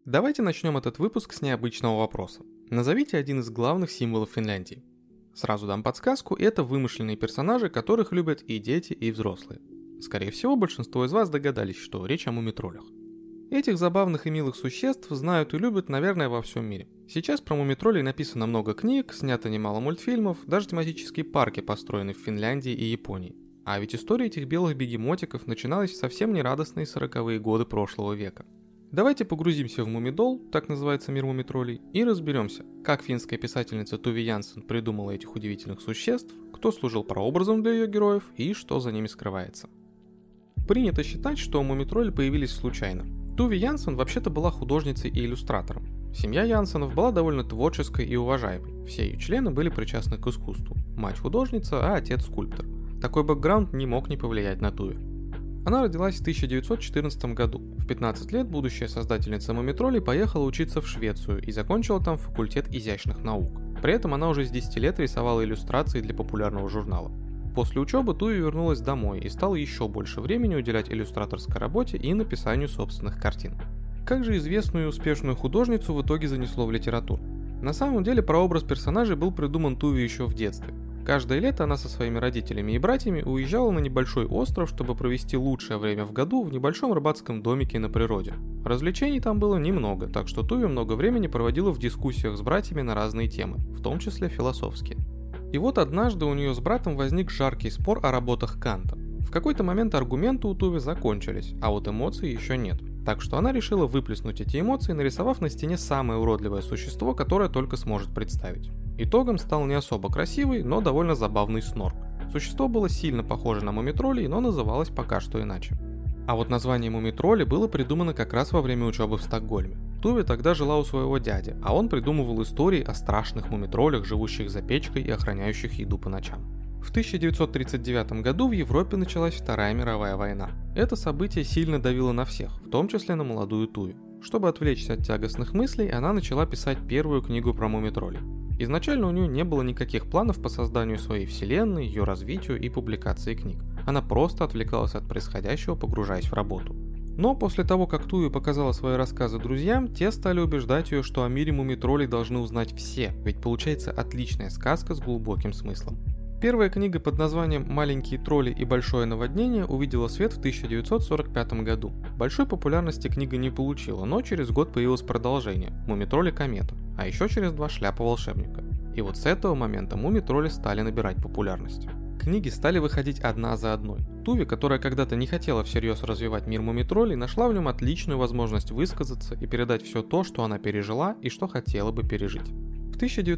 Давайте начнем этот выпуск с необычного вопроса. Назовите один из главных символов Финляндии. Сразу дам подсказку, это вымышленные персонажи, которых любят и дети, и взрослые. Скорее всего, большинство из вас догадались, что речь о мумитроллях. Этих забавных и милых существ знают и любят, наверное, во всем мире. Сейчас про мумитроллей написано много книг, снято немало мультфильмов, даже тематические парки построены в Финляндии и Японии. А ведь история этих белых бегемотиков начиналась в совсем нерадостные 40-е годы прошлого века. Давайте погрузимся в Мумидол, так называется мир мумитроллей, и разберемся, как финская писательница Туви Янсен придумала этих удивительных существ, кто служил прообразом для ее героев и что за ними скрывается. Принято считать, что мумитролли появились случайно. Туви Янсен вообще-то была художницей и иллюстратором. Семья Янсенов была довольно творческой и уважаемой. Все ее члены были причастны к искусству. Мать художница, а отец скульптор. Такой бэкграунд не мог не повлиять на Туви. Она родилась в 1914 году. В 15 лет будущая создательница мумитроллей поехала учиться в Швецию и закончила там факультет изящных наук. При этом она уже с 10 лет рисовала иллюстрации для популярного журнала. После учебы Туви вернулась домой и стала еще больше времени уделять иллюстраторской работе и написанию собственных картин. Как же известную и успешную художницу в итоге занесло в литературу? На самом деле прообраз персонажей был придуман Туви еще в детстве. Каждое лето она со своими родителями и братьями уезжала на небольшой остров, чтобы провести лучшее время в году в небольшом рыбацком домике на природе. Развлечений там было немного, так что Туви много времени проводила в дискуссиях с братьями на разные темы, в том числе философские. И вот однажды у нее с братом возник жаркий спор о работах Канта. В какой-то момент аргументы у Туви закончились, а вот эмоций еще нет. Так что она решила выплеснуть эти эмоции, нарисовав на стене самое уродливое существо, которое только сможет представить. Итогом стал не особо красивый, но довольно забавный снорк. Существо было сильно похоже на мумитроллей, но называлось пока что иначе. А вот название мумитролли было придумано как раз во время учебы в Стокгольме. Туви тогда жила у своего дяди, а он придумывал истории о страшных мумитроллях, живущих за печкой и охраняющих еду по ночам. В 1939 году в Европе началась Вторая мировая война. Это событие сильно давило на всех, в том числе на молодую Туви. Чтобы отвлечься от тягостных мыслей, она начала писать первую книгу про мумитроллей. Изначально у нее не было никаких планов по созданию своей вселенной, ее развитию и публикации книг. Она просто отвлекалась от происходящего, погружаясь в работу. Но после того, как Туви показала свои рассказы друзьям, те стали убеждать ее, что о мире мумитроллей должны узнать все, ведь получается отличная сказка с глубоким смыслом. Первая книга под названием «Маленькие тролли и большое наводнение» увидела свет в 1945 году. Большой популярности книга не получила, но через год появилось продолжение «Мумитролли комета», а еще через 2 «Шляпа волшебника». И вот с этого момента мумитролли стали набирать популярность. Книги стали выходить одна за одной. Туви, которая когда-то не хотела всерьез развивать мир мумитроллей, нашла в нем отличную возможность высказаться и передать все то, что она пережила и что хотела бы пережить. В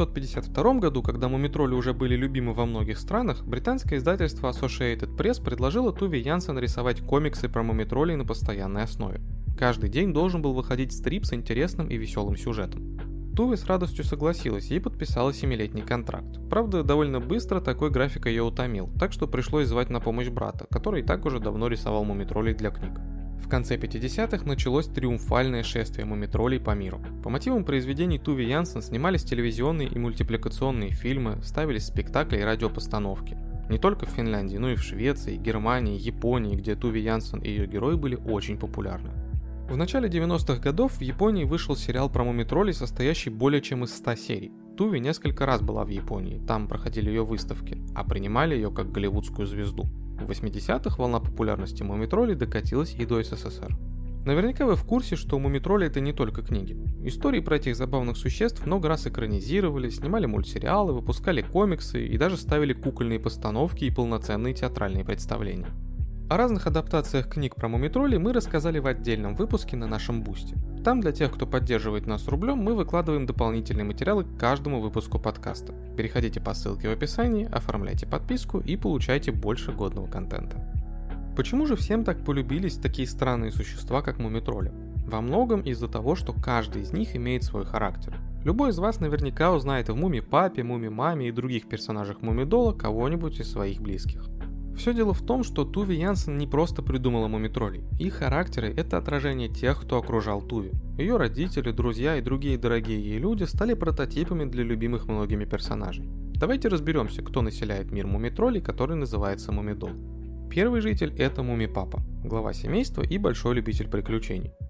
1952 году, когда мумитролли уже были любимы во многих странах, британское издательство Associated Press предложило Туви Янсен рисовать комиксы про мумитроллей на постоянной основе. Каждый день должен был выходить стрип с интересным и веселым сюжетом. Туви с радостью согласилась и подписала 7-летний контракт. Правда, довольно быстро такой график ее утомил, так что пришлось звать на помощь брата, который и так уже давно рисовал мумитроллей для книг. В конце 50-х началось триумфальное шествие мумитроллей по миру. По мотивам произведений Туви Янсен снимались телевизионные и мультипликационные фильмы, ставились спектакли и радиопостановки. Не только в Финляндии, но и в Швеции, Германии, Японии, где Туви Янсен и ее герои были очень популярны. В начале 90-х годов в Японии вышел сериал про мумитроллей, состоящий более чем из 100 серий. Туви несколько раз была в Японии, там проходили ее выставки, а принимали ее как голливудскую звезду. В 80-х волна популярности мумитроллей докатилась и до СССР. Наверняка вы в курсе, что мумитролли — это не только книги. Истории про этих забавных существ много раз экранизировали, снимали мультсериалы, выпускали комиксы и даже ставили кукольные постановки и полноценные театральные представления. О разных адаптациях книг про мумитроллей мы рассказали в отдельном выпуске на нашем Бусти. Там для тех, кто поддерживает нас рублем, мы выкладываем дополнительные материалы к каждому выпуску подкаста. Переходите по ссылке в описании, оформляйте подписку и получайте больше годного контента. Почему же всем так полюбились такие странные существа, как мумитролли? Во многом из-за того, что каждый из них имеет свой характер. Любой из вас наверняка узнает в Муми-папе, Муми-маме и других персонажах Мумидола кого-нибудь из своих близких. Все дело в том, что Туви Янсен не просто придумала мумитроллей. Их характеры – это отражение тех, кто окружал Туви. Ее родители, друзья и другие дорогие ей люди стали прототипами для любимых многими персонажей. Давайте разберемся, кто населяет мир мумитроллей, который называется Мумидол. Первый житель – это Муми-папа, глава семейства и большой любитель приключений.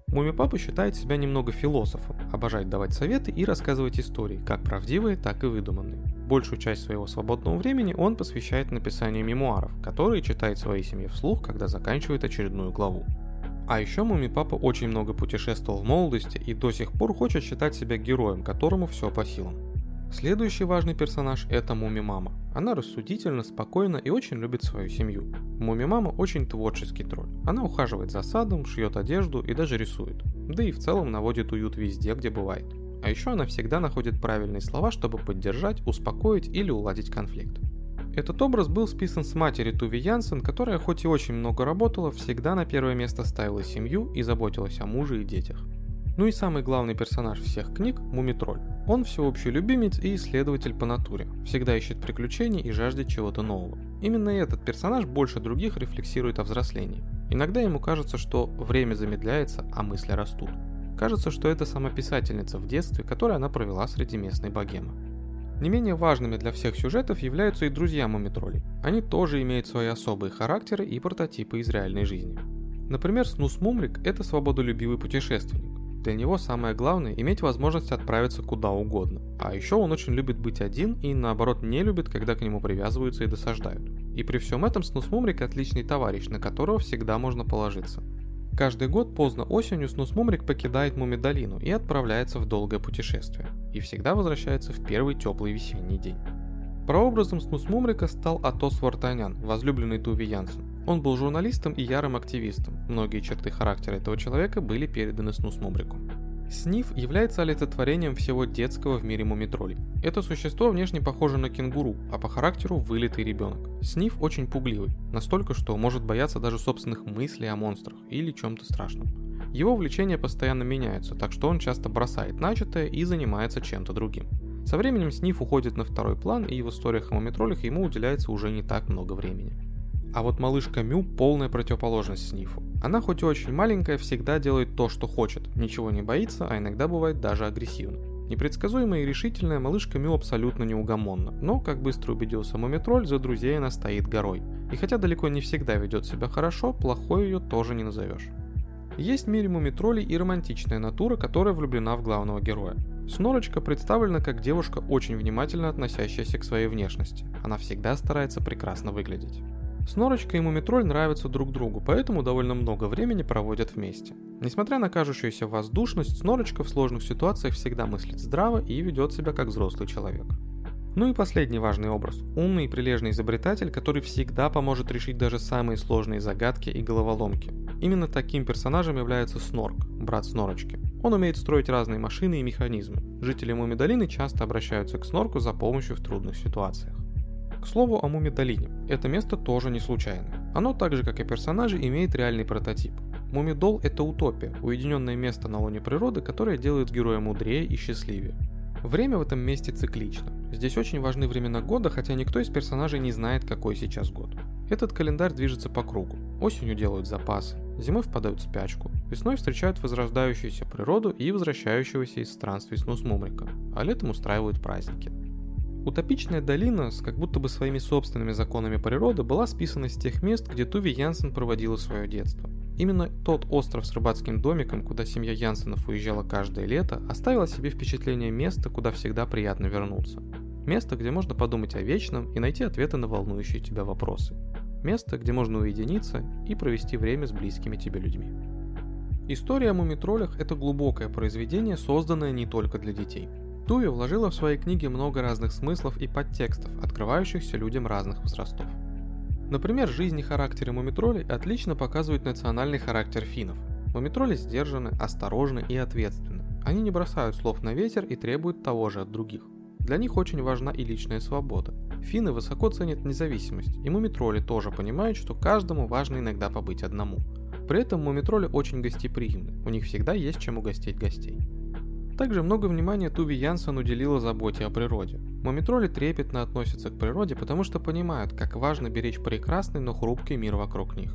Муми-папа считает себя немного философом, обожает давать советы и рассказывать истории, как правдивые, так и выдуманные. Большую часть своего свободного времени он посвящает написанию мемуаров, которые читает своей семье вслух, когда заканчивает очередную главу. А еще Муми-папа очень много путешествовал в молодости и до сих пор хочет считать себя героем, которому все по силам. Следующий важный персонаж – это Муми-мама. Она рассудительна, спокойна и очень любит свою семью. Муми-мама очень творческий тролль. Она ухаживает за садом, шьет одежду и даже рисует. Да и в целом наводит уют везде, где бывает. А еще она всегда находит правильные слова, чтобы поддержать, успокоить или уладить конфликт. Этот образ был списан с матери Туви Янсен, которая хоть и очень много работала, всегда на первое место ставила семью и заботилась о муже и детях. Ну и самый главный персонаж всех книг – Муми-тролль. Он всеобщий любимец и исследователь по натуре, всегда ищет приключений и жаждет чего-то нового. Именно этот персонаж больше других рефлексирует о взрослении. Иногда ему кажется, что время замедляется, а мысли растут. Кажется, что это сама писательница в детстве, которое она провела среди местной богемы. Не менее важными для всех сюжетов являются и друзья Муми-троллей. Они тоже имеют свои особые характеры и прототипы из реальной жизни. Например, Снус Мумрик – это свободолюбивый путешественник. Для него самое главное – иметь возможность отправиться куда угодно. А еще он очень любит быть один и наоборот не любит, когда к нему привязываются и досаждают. И при всем этом Снус Мумрик – отличный товарищ, на которого всегда можно положиться. Каждый год поздно осенью Снус Мумрик покидает Муми-долину и отправляется в долгое путешествие. И всегда возвращается в первый теплый весенний день. Прообразом Снус Мумрика стал Атос Вартанян, возлюбленный Туви Янсен. Он был журналистом и ярым активистом. Многие черты характера этого человека были переданы Снус Мумрику. Сниф является олицетворением всего детского в мире Муми-троллей. Это существо внешне похоже на кенгуру, а по характеру вылитый ребенок. Сниф очень пугливый, настолько, что может бояться даже собственных мыслей о монстрах или чем-то страшном. Его увлечения постоянно меняются, так что он часто бросает начатое и занимается чем-то другим. Со временем Сниф уходит на второй план, и в историях о Муми-троллях ему уделяется уже не так много времени. А вот малышка Мю – полная противоположность Снифу. Она хоть и очень маленькая, всегда делает то, что хочет, ничего не боится, а иногда бывает даже агрессивна. Непредсказуемая и решительная, малышка Мю абсолютно неугомонна, но, как быстро убедился Муми-тролль, за друзей она стоит горой. И хотя далеко не всегда ведет себя хорошо, плохой ее тоже не назовешь. Есть в мире Муми-троллей и романтичная натура, которая влюблена в главного героя. Снорочка представлена как девушка, очень внимательно относящаяся к своей внешности. Она всегда старается прекрасно выглядеть. Снорочка и Муми-тролль нравятся друг другу, поэтому довольно много времени проводят вместе. Несмотря на кажущуюся воздушность, Снорочка в сложных ситуациях всегда мыслит здраво и ведет себя как взрослый человек. Ну и последний важный образ – умный и прилежный изобретатель, который всегда поможет решить даже самые сложные загадки и головоломки. Именно таким персонажем является Снорк, брат Снорочки. Он умеет строить разные машины и механизмы. Жители Муми-долины часто обращаются к Снорку за помощью в трудных ситуациях. К слову о Муми-долине. Это место тоже не случайное. Оно так же, как и персонажи, имеет реальный прототип. Муми-дол – это утопия, уединенное место на лоне природы, которое делает героя мудрее и счастливее. Время в этом месте циклично. Здесь очень важны времена года, хотя никто из персонажей не знает, какой сейчас год. Этот календарь движется по кругу. Осенью делают запасы, зимой впадают в спячку, весной встречают возрождающуюся природу и возвращающегося из странствий Снус Мумрика, а летом устраивают праздники. Утопичная долина с как будто бы своими собственными законами природы была списана с тех мест, где Туви Янсен проводила свое детство. Именно тот остров с рыбацким домиком, куда семья Янсенов уезжала каждое лето, оставил о себе впечатление места, куда всегда приятно вернуться. Место, где можно подумать о вечном и найти ответы на волнующие тебя вопросы. Место, где можно уединиться и провести время с близкими тебе людьми. История о Муми-троллях – это глубокое произведение, созданное не только для детей. Туви вложила в свои книги много разных смыслов и подтекстов, открывающихся людям разных возрастов. Например, жизнь и характеры Муми-троллей отлично показывают национальный характер финнов. Муми-тролли сдержаны, осторожны и ответственны. Они не бросают слов на ветер и требуют того же от других. Для них очень важна и личная свобода. Финны высоко ценят независимость, и Муми-тролли тоже понимают, что каждому важно иногда побыть одному. При этом Муми-тролли очень гостеприимны, у них всегда есть чем угостить гостей. Также много внимания Туви Янсен уделила заботе о природе. Муми-тролли трепетно относятся к природе, потому что понимают, как важно беречь прекрасный, но хрупкий мир вокруг них.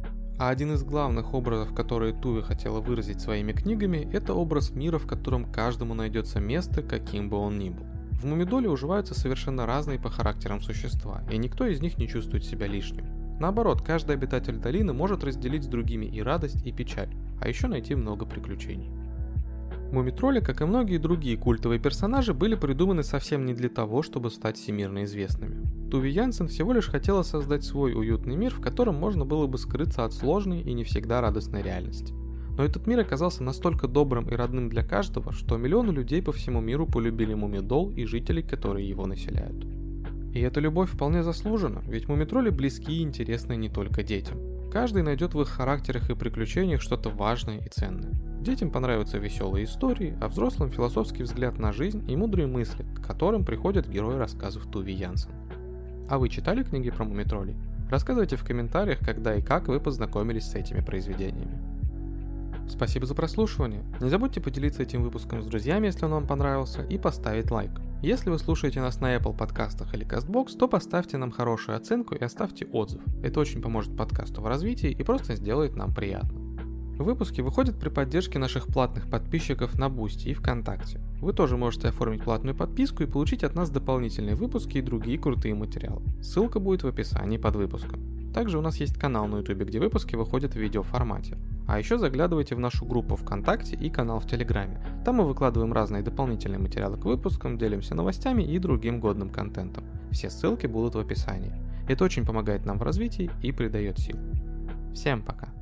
А один из главных образов, которые Туви хотела выразить своими книгами, это образ мира, в котором каждому найдется место, каким бы он ни был. В Мумидоле уживаются совершенно разные по характерам существа, и никто из них не чувствует себя лишним. Наоборот, каждый обитатель долины может разделить с другими и радость, и печаль. а еще найти много приключений. Мумий-тролли, как и многие другие культовые персонажи, были придуманы совсем не для того, чтобы стать всемирно известными. Туви Янсен всего лишь хотела создать свой уютный мир, в котором можно было бы скрыться от сложной и не всегда радостной реальности. Но этот мир оказался настолько добрым и родным для каждого, что миллионы людей по всему миру полюбили Мумидол и жителей, которые его населяют. И эта любовь вполне заслужена, ведь мумий-тролли близки и интересны не только детям. Каждый найдет в их характерах и приключениях что-то важное и ценное. Детям понравятся веселые истории, а взрослым философский взгляд на жизнь и мудрые мысли, к которым приходят герои рассказов Туви Янсен. А вы читали книги про мумий-троллей? Рассказывайте в комментариях, когда и как вы познакомились с этими произведениями. Спасибо за прослушивание. Не забудьте поделиться этим выпуском с друзьями, если он вам понравился, и поставить лайк. Если вы слушаете нас на Apple подкастах или CastBox, то поставьте нам хорошую оценку и оставьте отзыв. Это очень поможет подкасту в развитии и просто сделает нам приятно. Выпуски выходят при поддержке наших платных подписчиков на Boosty и ВКонтакте. Вы тоже можете оформить платную подписку и получить от нас дополнительные выпуски и другие крутые материалы. Ссылка будет в описании под выпуском. Также у нас есть канал на YouTube, где выпуски выходят в видеоформате. А еще заглядывайте в нашу группу ВКонтакте и канал в Телеграме. Там мы выкладываем разные дополнительные материалы к выпускам, делимся новостями и другим годным контентом. Все ссылки будут в описании. Это очень помогает нам в развитии и придает сил. Всем пока!